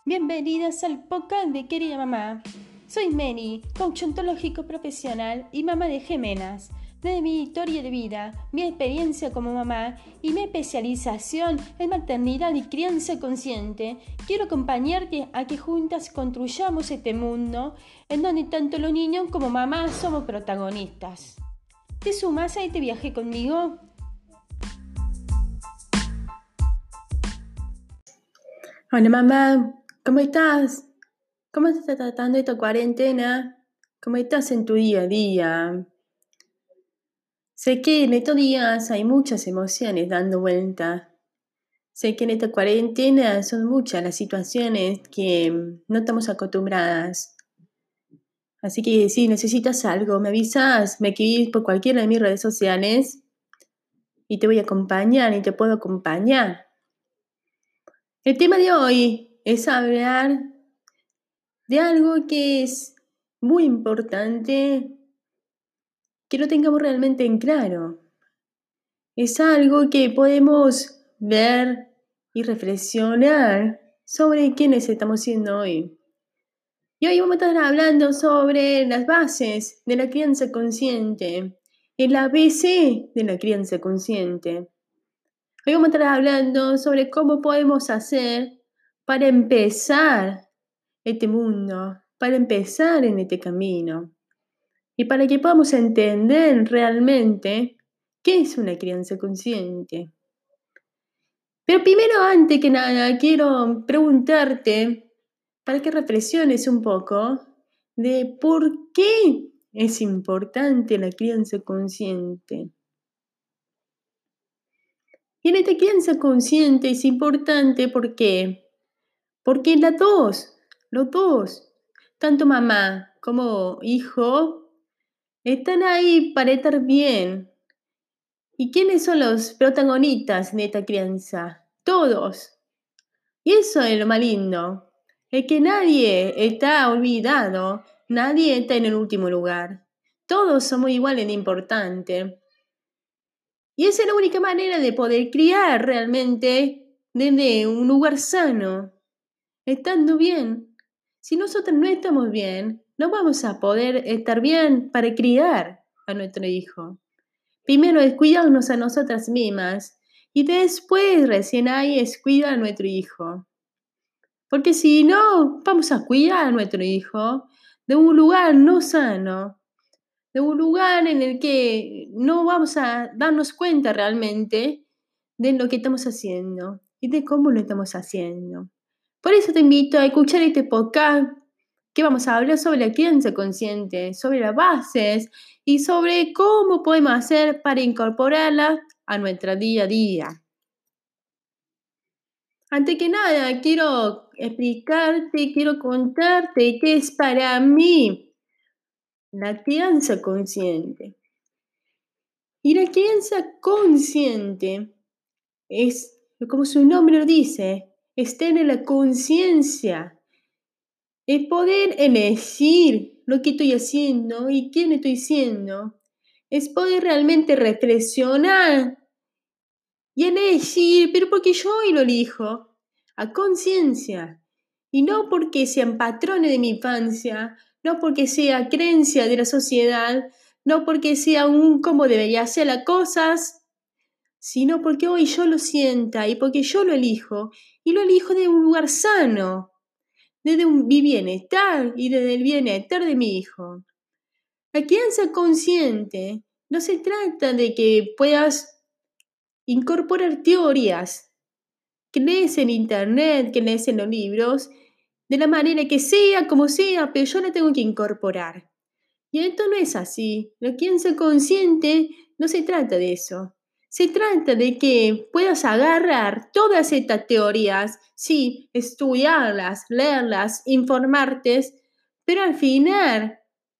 Bienvenidas al podcast de Querida Mamá. Soy Mary, coach ontológico profesional y mamá de gemelas. Desde mi historia de vida, mi experiencia como mamá y mi especialización en maternidad y crianza consciente, quiero acompañarte a que juntas construyamos este mundo en donde tanto los niños como mamá somos protagonistas. ¿Te sumas a este viaje conmigo? Hola mamá, ¿cómo estás? ¿Cómo te está tratando esta cuarentena? ¿Cómo estás en tu día a día? Sé que en estos días hay muchas emociones dando vuelta. Sé que en esta cuarentena son muchas las situaciones que no estamos acostumbradas. Así que si necesitas algo, me avisas, me escribís por cualquiera de mis redes sociales y te voy a acompañar y te puedo acompañar. El tema de hoy es hablar de algo que es muy importante que lo tengamos realmente en claro. Es algo que podemos ver y reflexionar sobre quiénes estamos siendo hoy. Y hoy vamos a estar hablando sobre las bases de la crianza consciente, el ABC de la crianza consciente. Hoy vamos a estar hablando sobre cómo podemos hacer para empezar este mundo, para empezar en este camino. Y para que podamos entender realmente qué es una crianza consciente. Pero primero, antes que nada, quiero preguntarte para que reflexiones un poco de por qué es importante la crianza consciente. Y en esta crianza consciente es importante porque los dos, tanto mamá como hijo, están ahí para estar bien. ¿Y quiénes son los protagonistas de esta crianza? Todos. Y eso es lo más lindo. Es que nadie está olvidado, nadie está en el último lugar. Todos somos iguales de importantes. Y esa es la única manera de poder criar realmente desde un lugar sano, estando bien. Si nosotros no estamos bien, no vamos a poder estar bien para criar a nuestro hijo. Primero es cuidarnos a nosotras mismas y después recién ahí es cuidar a nuestro hijo. Porque si no, vamos a cuidar a nuestro hijo de un lugar no sano, de un lugar en el que no vamos a darnos cuenta realmente de lo que estamos haciendo y de cómo lo estamos haciendo. Por eso te invito a escuchar este podcast que vamos a hablar sobre la crianza consciente, sobre las bases y sobre cómo podemos hacer para incorporarla a nuestro día a día. Antes que nada, quiero explicarte, quiero contarte qué es para mí la crianza consciente. Y la crianza consciente es, como su nombre lo dice, es tener la conciencia, el poder elegir lo que estoy haciendo y quién estoy siendo, es poder realmente reflexionar y elegir, pero porque yo hoy lo elijo, a conciencia, y no porque sean patrones de mi infancia, no porque sea creencia de la sociedad, no porque sea un cómo debería hacer las cosas, sino porque hoy yo lo sienta y porque yo lo elijo, y lo elijo de un lugar sano, desde mi bienestar y desde el bienestar de mi hijo. La crianza consciente no se trata de que puedas incorporar teorías que lees en internet, que lees en los libros, de la manera que sea, como sea, pero yo la tengo que incorporar. Y esto no es así. La crianza consciente no se trata de eso. Se trata de que puedas agarrar todas estas teorías, sí, estudiarlas, leerlas, informarte, pero al final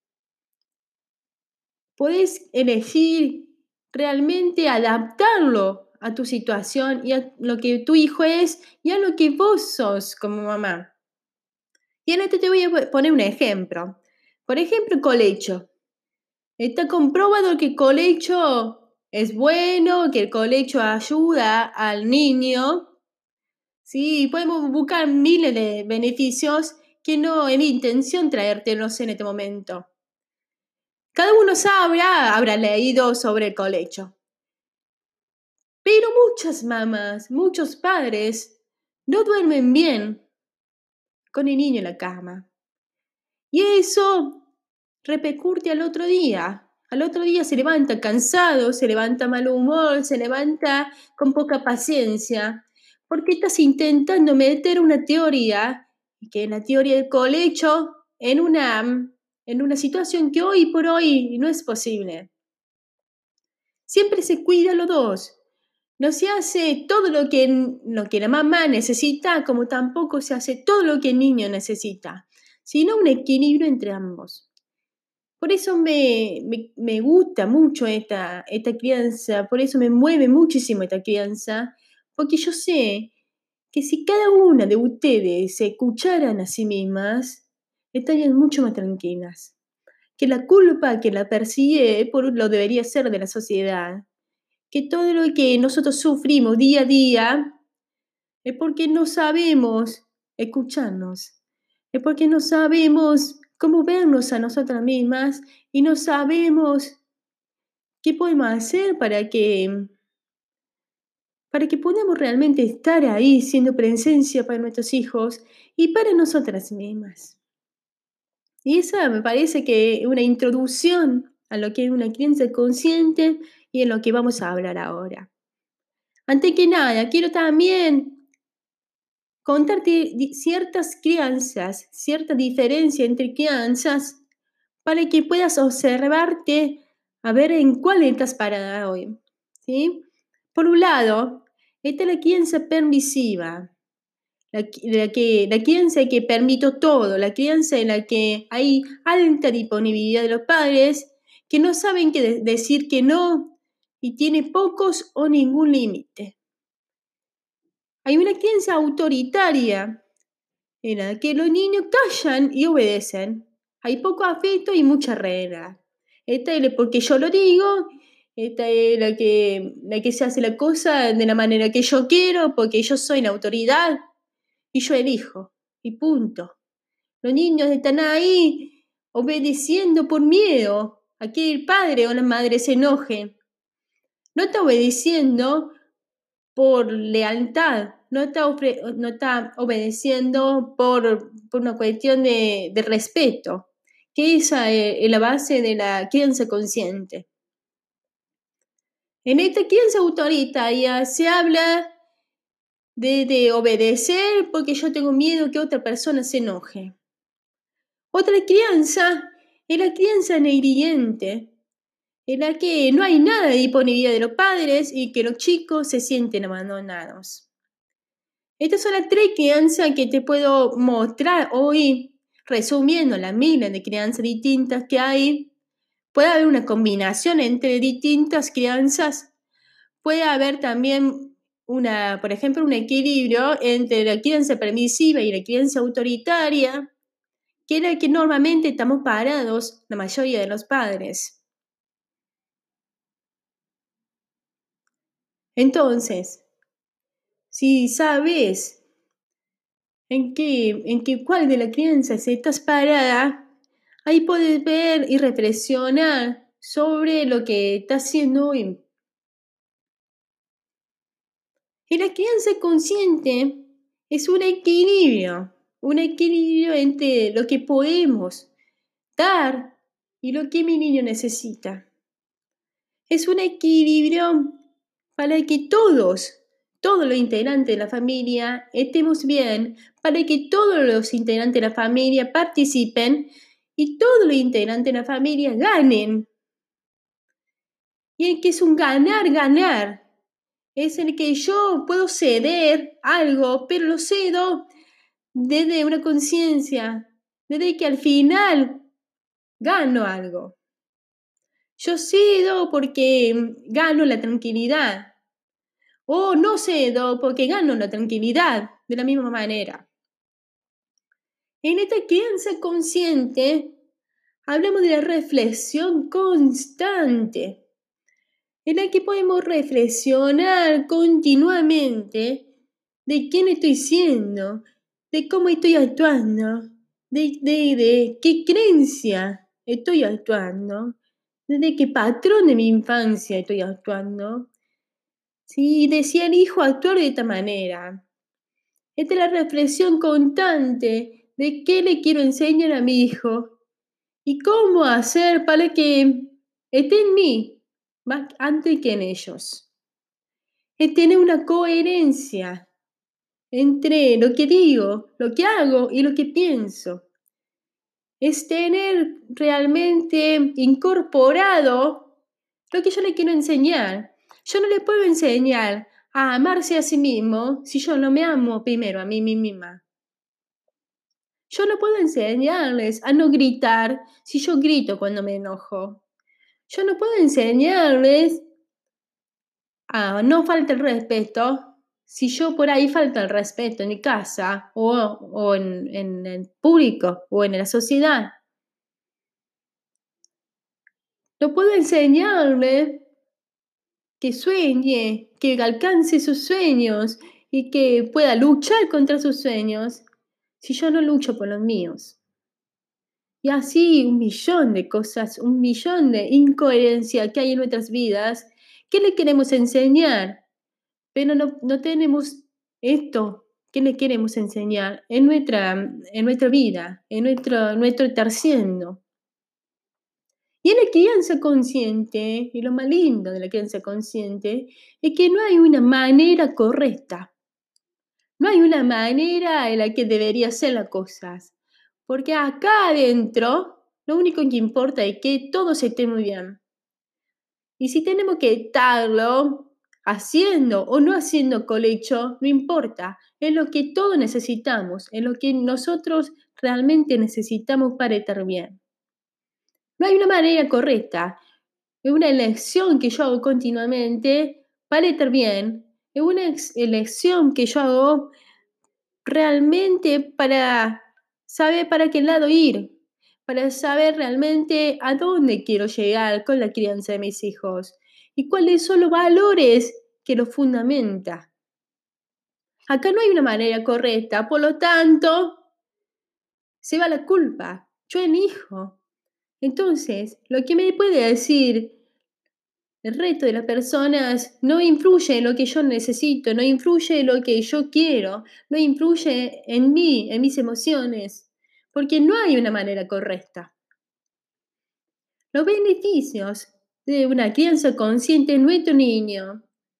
puedes elegir realmente adaptarlo a tu situación y a lo que tu hijo es y a lo que vos sos como mamá. Y en este te voy a poner un ejemplo. Por ejemplo, colecho. Está comprobado que el colecho es bueno, que el colecho ayuda al niño, Sí, podemos buscar miles de beneficios que no es mi intención traértelos en este momento. Cada uno habrá leído sobre el colecho. Pero muchas mamás, muchos padres no duermen bien con el niño en la cama. Y eso repercute al otro día. Al otro día se levanta cansado, se levanta mal humor, se levanta con poca paciencia, porque estás intentando meter una teoría, que es la teoría del colecho, en una situación que hoy por hoy no es posible. Siempre se cuida los dos. No se hace todo lo que la mamá necesita, como tampoco se hace todo lo que el niño necesita, sino un equilibrio entre ambos. Por eso me gusta mucho esta crianza, por eso me mueve muchísimo esta crianza, porque yo sé que si cada una de ustedes se escucharan a sí mismas, estarían mucho más tranquilas. Que la culpa que la persigue lo debería ser de la sociedad. Que todo lo que nosotros sufrimos día a día es porque no sabemos escucharnos, es porque no sabemos cómo vernos a nosotras mismas y no sabemos qué podemos hacer para que podamos realmente estar ahí siendo presencia para nuestros hijos y para nosotras mismas. Y esa me parece que es una introducción a lo que es una crianza consciente y en lo que vamos a hablar ahora. Antes que nada, quiero también contarte ciertas crianzas, cierta diferencia entre crianzas, para que puedas observarte a ver en cuál estás parada hoy. ¿Sí? Por un lado, está la crianza permisiva, la crianza que permite todo, la crianza en la que hay alta disponibilidad de los padres que no saben qué decir que no y tiene pocos o ningún límite. Hay una crianza autoritaria en la que los niños callan y obedecen. Hay poco afecto y mucha regla. Esta es porque yo lo digo, esta es la que se hace la cosa de la manera que yo quiero, porque yo soy la autoridad y yo elijo. Y punto. Los niños están ahí obedeciendo por miedo a que el padre o la madre se enoje. No está obedeciendo por lealtad, no está obedeciendo por una cuestión de respeto, que esa es la base de la crianza consciente. En esta crianza autoritaria se habla de obedecer porque yo tengo miedo que otra persona se enoje. Otra crianza es la crianza negligente, en la que no hay nada de disponibilidad de los padres y que los chicos se sienten abandonados. Estas son las 3 crianzas que te puedo mostrar hoy, resumiendo las miles de crianzas distintas que hay. Puede haber una combinación entre distintas crianzas. Puede haber también, por ejemplo, un equilibrio entre la crianza permisiva y la crianza autoritaria, que es la que normalmente estamos parados la mayoría de los padres. Entonces, si sabes cuál de la crianza estás parada, ahí puedes ver y reflexionar sobre lo que estás haciendo hoy. Y la crianza consciente es un equilibrio entre lo que podemos dar y lo que mi niño necesita. Es un equilibrio para que todos los integrantes de la familia estemos bien, para que todos los integrantes de la familia participen y todos los integrantes de la familia ganen. Y el que es un ganar, es el que yo puedo ceder algo, pero lo cedo desde una conciencia, desde que al final gano algo. Yo cedo porque gano la tranquilidad. O no cedo porque gano la tranquilidad de la misma manera. En esta crianza consciente hablamos de la reflexión constante, en la que podemos reflexionar continuamente de quién estoy siendo, de cómo estoy actuando, de qué creencia estoy actuando, de qué patrón de mi infancia estoy actuando. Sí, de si elijo actuar de esta manera. Esta es la reflexión constante de qué le quiero enseñar a mi hijo y cómo hacer para que esté en mí más antes que en ellos. Es tener una coherencia entre lo que digo, lo que hago y lo que pienso. Es tener realmente incorporado lo que yo le quiero enseñar. Yo no le puedo enseñar a amarse a sí mismo si yo no me amo primero a mí misma. Yo no puedo enseñarles a no gritar si yo grito cuando me enojo. Yo no puedo enseñarles a no falta el respeto si yo por ahí falta el respeto en mi casa o en el público o en la sociedad. No puedo enseñarle que sueñe, que alcance sus sueños y que pueda luchar contra sus sueños si yo no lucho por los míos. Y así un millón de cosas, un millón de incoherencias que hay en nuestras vidas. ¿Qué le queremos enseñar? Pero no tenemos esto que le queremos enseñar en nuestra vida, en nuestro estar siendo. Y en la crianza consciente, y lo más lindo de la crianza consciente, es que no hay una manera correcta. No hay una manera en la que debería ser las cosas. Porque acá adentro, lo único que importa es que todo se esté muy bien. Y si tenemos que estarlo haciendo o no haciendo colecho, no importa. Es lo que todos necesitamos, es lo que nosotros realmente necesitamos para estar bien. No hay una manera correcta. Es una elección que yo hago continuamente para estar bien. Es una elección que yo hago realmente para saber para qué lado ir, para saber realmente a dónde quiero llegar con la crianza de mis hijos y cuáles son los valores que los fundamenta. Acá no hay una manera correcta, por lo tanto, se va la culpa. Yo elijo. Entonces, lo que me puede decir el resto de las personas no influye en lo que yo necesito, no influye en lo que yo quiero, no influye en mí, en mis emociones, porque no hay una manera correcta. Los beneficios de una crianza consciente en nuestro niño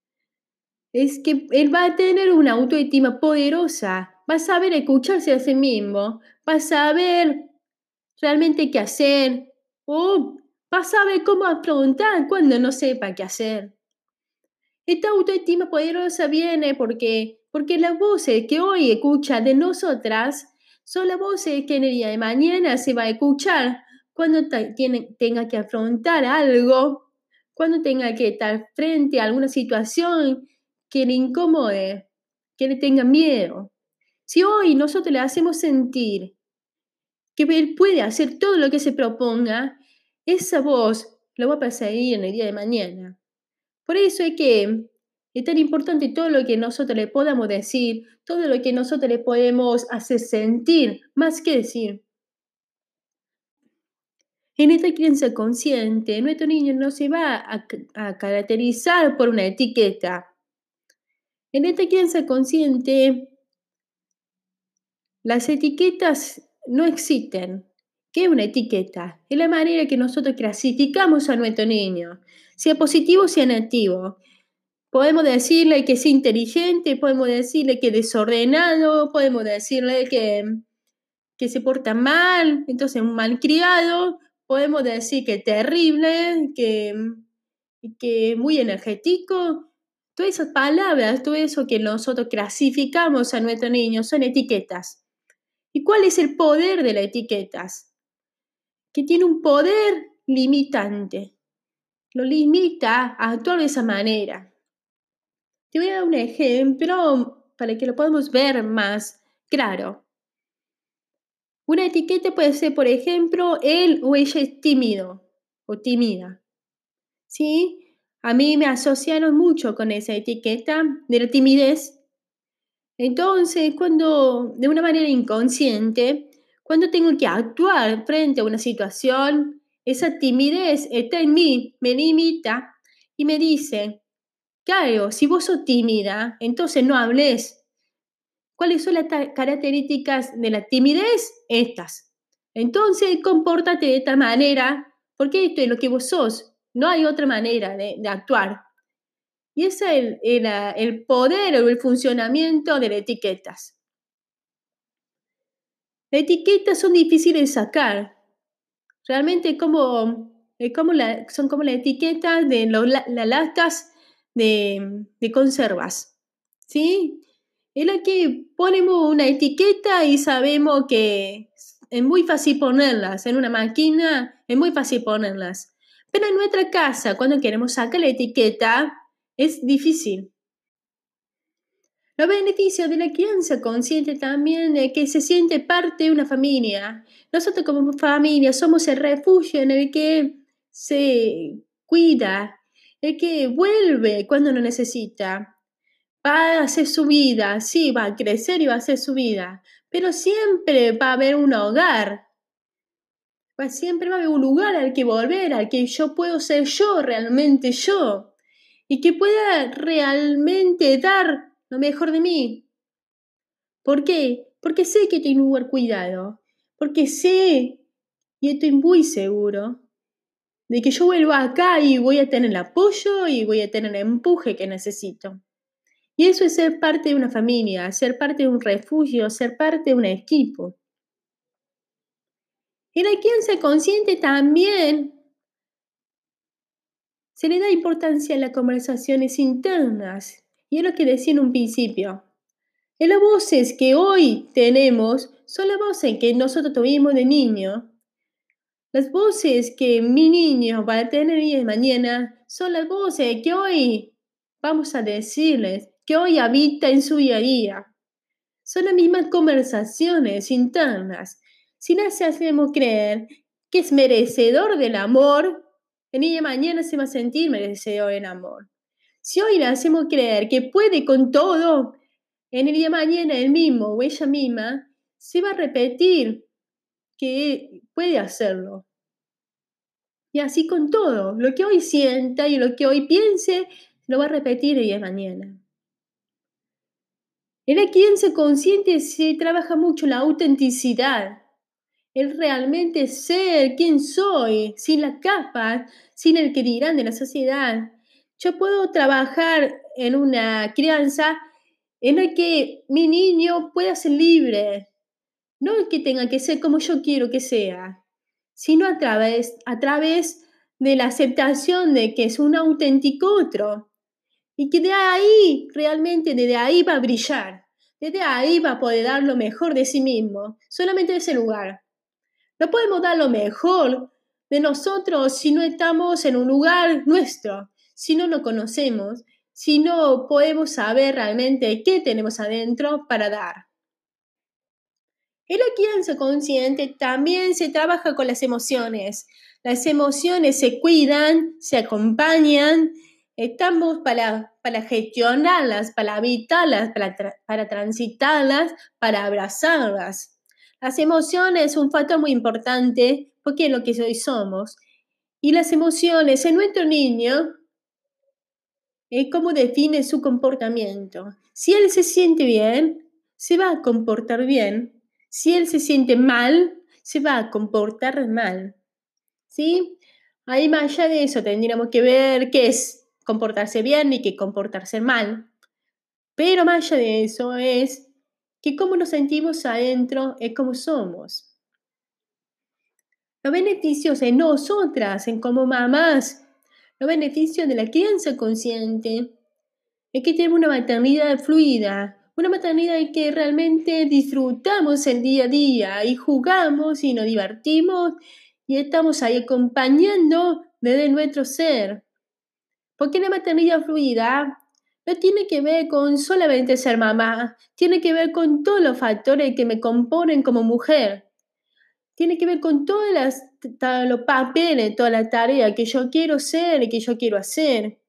es que él va a tener una autoestima poderosa, va a saber escucharse a sí mismo, va a saber realmente qué hacer o va a saber cómo afrontar cuando no sepa qué hacer. Esta autoestima poderosa viene porque las voces que hoy escucha de nosotras son las voces que en el día de mañana se va a escuchar cuando tenga que afrontar algo, cuando tenga que estar frente a alguna situación que le incomode, que le tenga miedo. Si hoy nosotros le hacemos sentir que él puede hacer todo lo que se proponga, esa voz lo va a perseguir en el día de mañana. Por eso es tan importante todo lo que nosotros le podamos decir, todo lo que nosotros le podemos hacer sentir, más que decir. En esta crianza consciente, nuestro niño no se va a caracterizar por una etiqueta. En esta crianza consciente, las etiquetas no existen. ¿Qué es una etiqueta? Es la manera que nosotros clasificamos a nuestro niño, sea positivo o sea negativo. Podemos decirle que es inteligente, podemos decirle que es desordenado, podemos decirle que se porta mal, entonces un malcriado, podemos decir que es terrible, que muy energético. Todas esas palabras, todo eso que nosotros clasificamos a nuestros niños son etiquetas. ¿Y cuál es el poder de las etiquetas? Que tiene un poder limitante. Lo limita a actuar de esa manera. Te voy a dar un ejemplo para que lo podamos ver más claro. Una etiqueta puede ser, por ejemplo, él o ella es tímido o tímida. ¿Sí? A mí me asociaron mucho con esa etiqueta de la timidez Entonces, cuando de una manera inconsciente, cuando tengo que actuar frente a una situación, esa timidez está en mí, me limita y me dice, claro, si vos sos tímida, entonces no hables. ¿Cuáles son las características de la timidez? Estas. Entonces, compórtate de esta manera, porque esto es lo que vos sos. No hay otra manera de actuar. Y ese es el poder o el funcionamiento de las etiquetas. Las etiquetas son difíciles de sacar. Realmente son como las etiquetas de las latas de conservas. ¿Sí? Es la que ponemos una etiqueta y sabemos que es muy fácil ponerlas. En una máquina es muy fácil ponerlas. Pero en nuestra casa, cuando queremos sacar la etiqueta, es difícil. Los beneficios de la crianza consciente también es que se siente parte de una familia. Nosotros como familia somos el refugio en el que se cuida, el que vuelve cuando lo necesita. Va a hacer su vida, sí, va a crecer y va a hacer su vida, pero siempre va a haber un hogar. Siempre va a haber un lugar al que volver, al que yo puedo ser yo, realmente yo, y que pueda realmente dar lo mejor de mí. ¿Por qué? Porque sé que tengo un lugar cuidado, porque sé y estoy muy seguro de que yo vuelvo acá y voy a tener el apoyo y voy a tener el empuje que necesito. Y eso es ser parte de una familia, ser parte de un refugio, ser parte de un equipo. Y la crianza consciente también se le da importancia a las conversaciones internas. Y es lo que decía en un principio. Y las voces que hoy tenemos son las voces que nosotros tuvimos de niño. Las voces que mi niño va a tener hoy de mañana son las voces que hoy vamos a decirles, que hoy habita en su día a día. Son las mismas conversaciones internas. Si nos hacemos creer que es merecedor del amor, el día de mañana se va a sentir merecedor del amor. Si hoy le hacemos creer que puede con todo, en el día de mañana él mismo o ella misma se va a repetir que puede hacerlo. Y así con todo, lo que hoy sienta y lo que hoy piense, lo va a repetir el día de mañana. En la crianza consciente se trabaja mucho la autenticidad, el realmente ser quien soy, sin las capas, sin el que dirán de la sociedad. Yo puedo trabajar en una crianza en la que mi niño pueda ser libre, no que tenga que ser como yo quiero que sea, sino a través de la aceptación de que es un auténtico otro y que de ahí, realmente desde ahí va a brillar, desde ahí va a poder dar lo mejor de sí mismo, solamente de ese lugar. No podemos dar lo mejor de nosotros si no estamos en un lugar nuestro, si no nos conocemos, si no podemos saber realmente qué tenemos adentro para dar. En la crianza consciente también se trabaja con las emociones. Las emociones se cuidan, se acompañan, estamos para gestionarlas, para habitarlas, para transitarlas, para abrazarlas. Las emociones son un factor muy importante porque es lo que hoy somos. Y las emociones en nuestro niño es cómo define su comportamiento. Si él se siente bien, se va a comportar bien. Si él se siente mal, se va a comportar mal. ¿Sí? Ahí más allá de eso tendríamos que ver qué es comportarse bien y qué es comportarse mal. Pero más allá de eso es que cómo nos sentimos adentro es como somos. Los beneficios en nosotras, en como mamás, los beneficios de la crianza consciente es que tenemos una maternidad fluida, una maternidad en que realmente disfrutamos el día a día y jugamos y nos divertimos y estamos ahí acompañando desde nuestro ser. Porque la maternidad fluida no tiene que ver con solamente ser mamá, tiene que ver con todos los factores que me componen como mujer. Tiene que ver con todos los papeles, toda la tarea que yo quiero ser y que yo quiero hacer.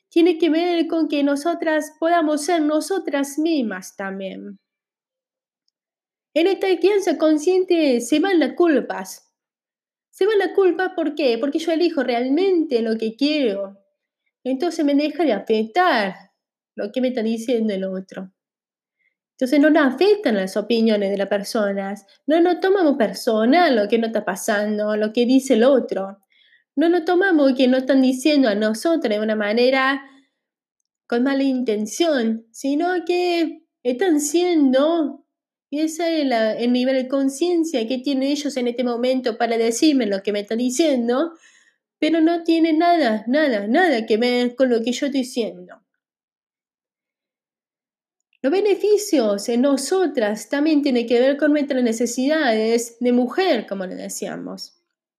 tiene que ver con que nosotras podamos ser nosotras mismas también. En esta crianza consciente se van las culpas. Se van las culpas, ¿por qué? Porque yo elijo realmente lo que quiero. Entonces me deja de afectar lo que me está diciendo el otro. Entonces no nos afectan las opiniones de las personas. No nos tomamos personal lo que nos está pasando, lo que dice el otro. No nos tomamos que nos están diciendo a nosotros de una manera con mala intención, sino que están siendo, y ese es el nivel de conciencia que tienen ellos en este momento para decirme lo que me están diciendo, pero no tiene nada que ver con lo que yo estoy diciendo. Los beneficios en nosotras también tienen que ver con nuestras necesidades de mujer, como le decíamos.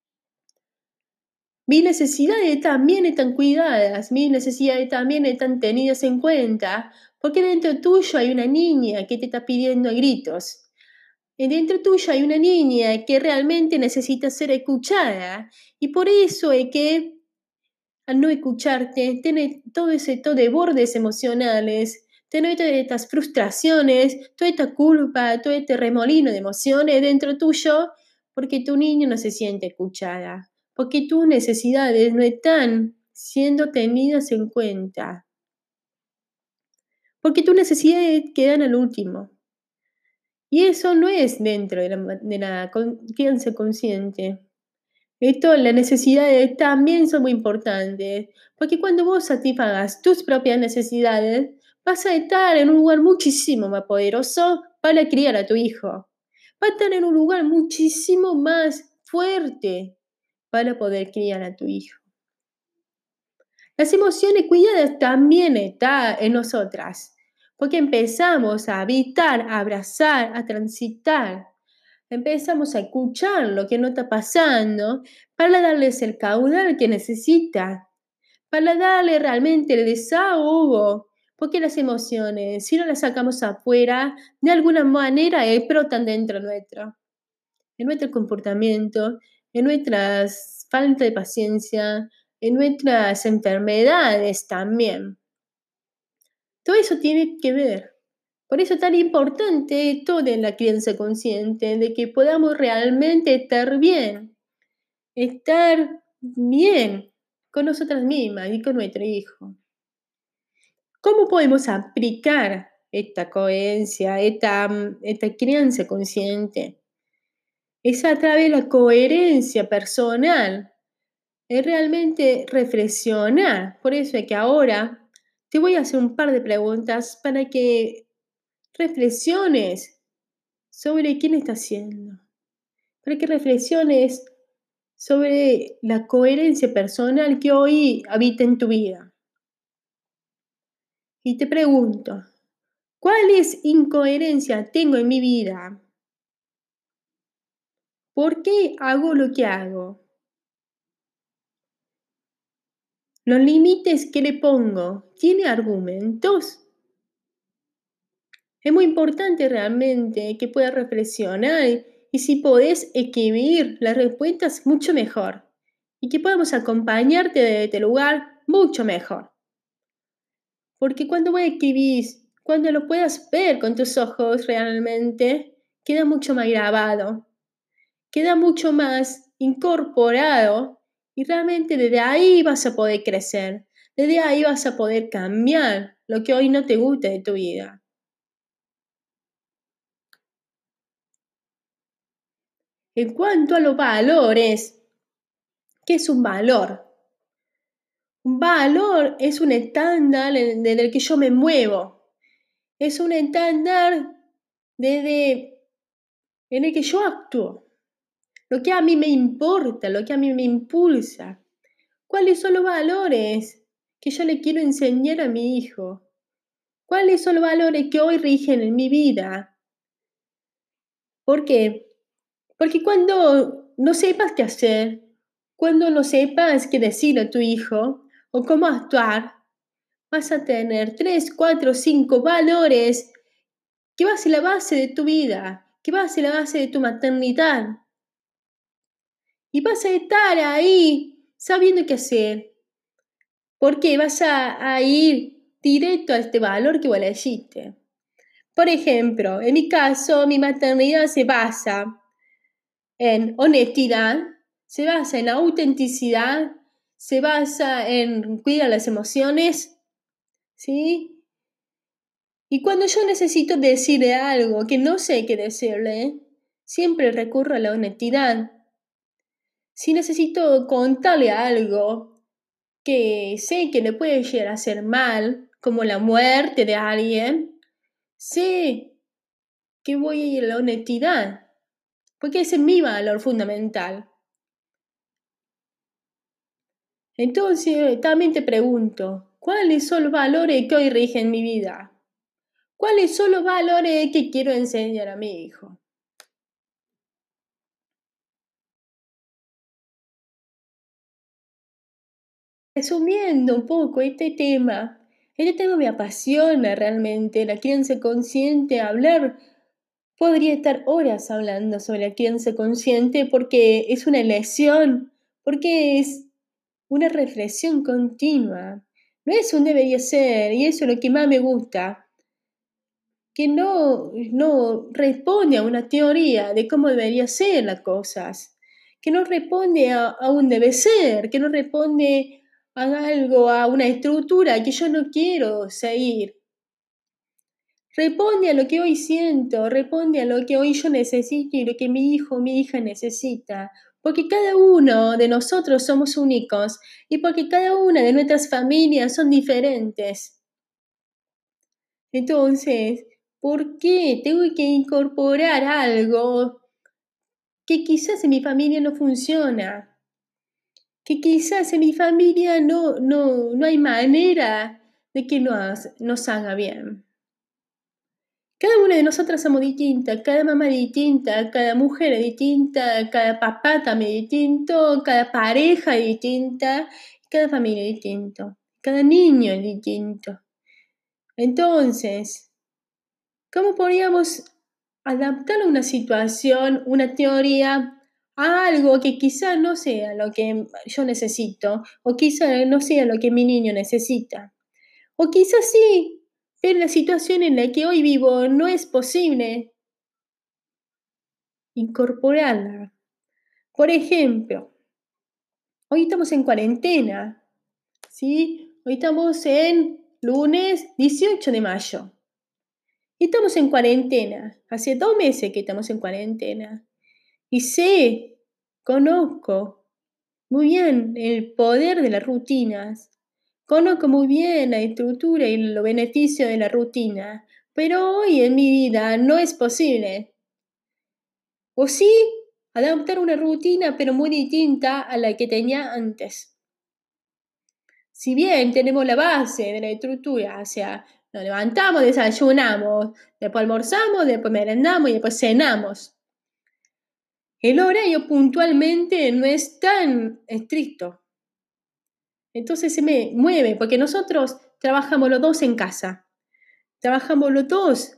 Mis necesidades también están cuidadas, mis necesidades también están tenidas en cuenta, porque dentro tuyo hay una niña que te está pidiendo a gritos. Y dentro tuyo hay una niña que realmente necesita ser escuchada. Y por eso es que al no escucharte, tener todo ese de bordes emocionales, tener todas estas frustraciones, toda esta culpa, todo este remolino de emociones dentro tuyo, porque tu niño no se siente escuchada, porque tus necesidades no están siendo tenidas en cuenta, porque tus necesidades quedan al último. Y eso no es dentro de la crianza consciente. Esto, las necesidades también son muy importantes, porque cuando vos satisfagas tus propias necesidades, vas a estar en un lugar muchísimo más poderoso para criar a tu hijo. Va a estar en un lugar muchísimo más fuerte para poder criar a tu hijo. Las emociones cuidadas también están en nosotras, porque empezamos a habitar, a abrazar, a transitar. Empezamos a escuchar lo que no está pasando para darles el caudal que necesita, para darle realmente el desahogo, porque las emociones, si no las sacamos afuera, de alguna manera explotan dentro nuestro, en nuestro comportamiento, en nuestras falta de paciencia, en nuestras enfermedades también. Todo eso tiene que ver. Por eso es tan importante todo en la crianza consciente, de que podamos realmente estar bien con nosotras mismas y con nuestro hijo. ¿Cómo podemos aplicar esta coherencia, esta crianza consciente? Es a través de la coherencia personal, es realmente reflexionar. Por eso es que ahora te voy a hacer un par de preguntas para que reflexiones sobre quién estás siendo, para que reflexiones sobre la coherencia personal que hoy habita en tu vida. Y te pregunto, ¿cuáles incoherencias tengo en mi vida? ¿Por qué hago lo que hago? ¿Los límites que le pongo tiene argumentos? Es muy importante realmente que puedas reflexionar y si podés escribir las respuestas mucho mejor y que podamos acompañarte de este lugar mucho mejor. Porque cuando vos escribís, cuando lo puedas ver con tus ojos realmente, queda mucho más grabado, queda mucho más incorporado y realmente desde ahí vas a poder crecer, desde ahí vas a poder cambiar lo que hoy no te gusta de tu vida. En cuanto a los valores, ¿qué es un valor? Un valor es un estándar en el que yo me muevo. Es un estándar en el que yo actúo. Lo que a mí me importa, lo que a mí me impulsa. ¿Cuáles son los valores que yo le quiero enseñar a mi hijo? ¿Cuáles son los valores que hoy rigen en mi vida? ¿Por qué? Porque cuando no sepas qué hacer, cuando no sepas qué decir a tu hijo o cómo actuar, vas a tener 3, 4, 5 valores que va a ser la base de tu vida, que va a ser la base de tu maternidad. Y vas a estar ahí sabiendo qué hacer. porque vas a ir directo a este valor que vos elegiste. Por ejemplo, en mi caso, mi maternidad se basa en honestidad, se basa en autenticidad, se basa en cuidar las emociones, ¿sí? Y cuando yo necesito decirle algo que no sé qué decirle, siempre recurro a la honestidad. Si necesito contarle algo que sé que le puede llegar a hacer mal, como la muerte de alguien, sé que voy a ir a la honestidad, porque ese es mi valor fundamental. Entonces, también te pregunto, ¿cuáles son los valores que hoy rigen mi vida? ¿Cuáles son los valores que quiero enseñar a mi hijo? Resumiendo un poco este tema me apasiona realmente, la crianza consciente, hablar, podría estar horas hablando sobre la crianza consciente porque es una elección, porque es una reflexión continua, no es un debería ser, y eso es lo que más me gusta, que no responde a una teoría de cómo debería ser las cosas, que no responde a un debe ser, que no responde a algo, a una estructura que yo no quiero seguir. Responde a lo que hoy siento, responde a lo que hoy yo necesito y lo que mi hijo o mi hija necesita. Porque cada uno de nosotros somos únicos y porque cada una de nuestras familias son diferentes. Entonces, ¿por qué tengo que incorporar algo que quizás en mi familia no funciona? Que quizás en mi familia no hay manera de que nos haga bien. Cada una de nosotras somos distintas, cada mamá es distinta, cada mujer es distinta, cada papá también es distinto, cada pareja es distinta, cada familia es distinto, cada niño es distinto. Entonces, ¿cómo podríamos adaptar una situación, una teoría, a algo que quizás no sea lo que yo necesito, o quizás no sea lo que mi niño necesita? O quizás sí, pero la situación en la que hoy vivo no es posible incorporarla. Por ejemplo, hoy estamos en cuarentena, ¿sí? Hoy estamos en lunes 18 de mayo. Y estamos en cuarentena. Hace 2 meses que estamos en cuarentena. Y sé, conozco muy bien el poder de las rutinas. Conozco muy bien la estructura y los beneficios de la rutina. Pero hoy en mi vida no es posible. O sí, adaptar una rutina pero muy distinta a la que tenía antes. Si bien tenemos la base de la estructura, o sea, nos levantamos, desayunamos, después almorzamos, después merendamos y después cenamos. El horario puntualmente no es tan estricto. Entonces se me mueve, porque nosotros trabajamos los dos en casa. Trabajamos los dos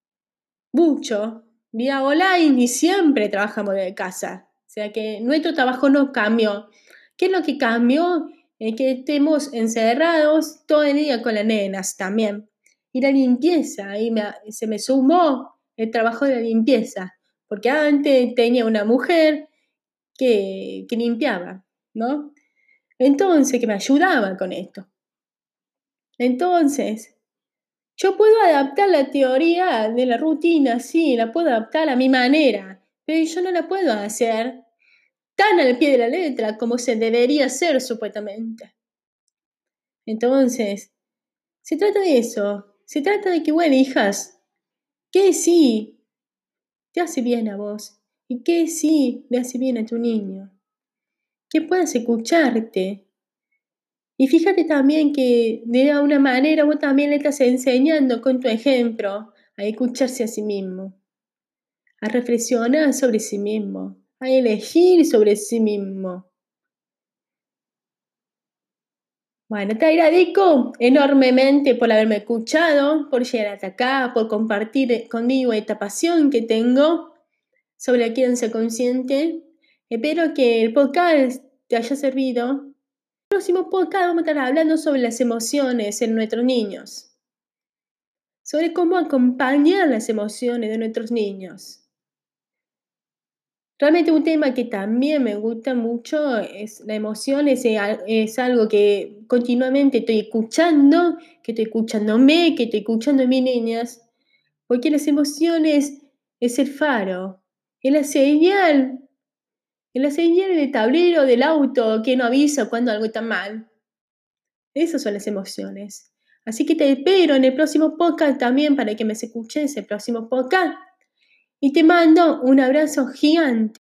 mucho, vía online y siempre trabajamos de casa. O sea que nuestro trabajo no cambió. ¿Qué es lo que cambió? Es que estemos encerrados todo el día con las nenas también. Y la limpieza, ahí se me sumó el trabajo de la limpieza, porque antes tenía una mujer que limpiaba, ¿no? Entonces, que me ayudaba con esto. Entonces, yo puedo adaptar la teoría de la rutina, sí, la puedo adaptar a mi manera, pero yo no la puedo hacer tan al pie de la letra como se debería hacer supuestamente. Entonces, se trata de eso, se trata de que vos elijas qué sí te hace bien a vos y qué sí le hace bien a tu niño, que puedas escucharte. Y fíjate también que de alguna manera vos también le estás enseñando con tu ejemplo a escucharse a sí mismo, a reflexionar sobre sí mismo, a elegir sobre sí mismo. Bueno, te agradezco enormemente por haberme escuchado, por llegar hasta acá, por compartir conmigo esta pasión que tengo sobre la crianza consciente. Espero que el podcast te haya servido el próximo podcast vamos a estar hablando sobre las emociones en nuestros niños. Sobre cómo acompañar las emociones de nuestros niños. Realmente un tema que también me gusta mucho es la emoción, es algo que continuamente estoy escuchando, que estoy escuchándome, que estoy escuchando a mis niñas, porque las emociones es el faro, es la señal del tablero del auto que no avisa cuando algo está mal. Esas son las emociones. Así que te espero en el próximo podcast también para que me escuches el próximo podcast. Y te mando un abrazo gigante.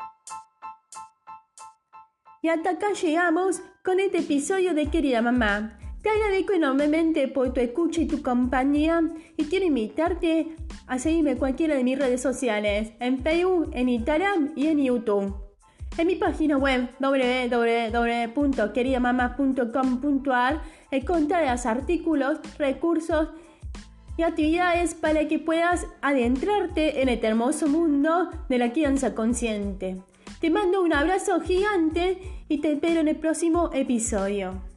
Y hasta acá llegamos con este episodio de Querida Mamá. Te agradezco enormemente por tu escucha y tu compañía y quiero invitarte a seguirme en cualquiera de mis redes sociales, en Facebook, en Instagram y en YouTube. En mi página web www.queridamama.com.ar encontrarás artículos, recursos y actividades para que puedas adentrarte en este hermoso mundo de la crianza consciente. Te mando un abrazo gigante y te espero en el próximo episodio.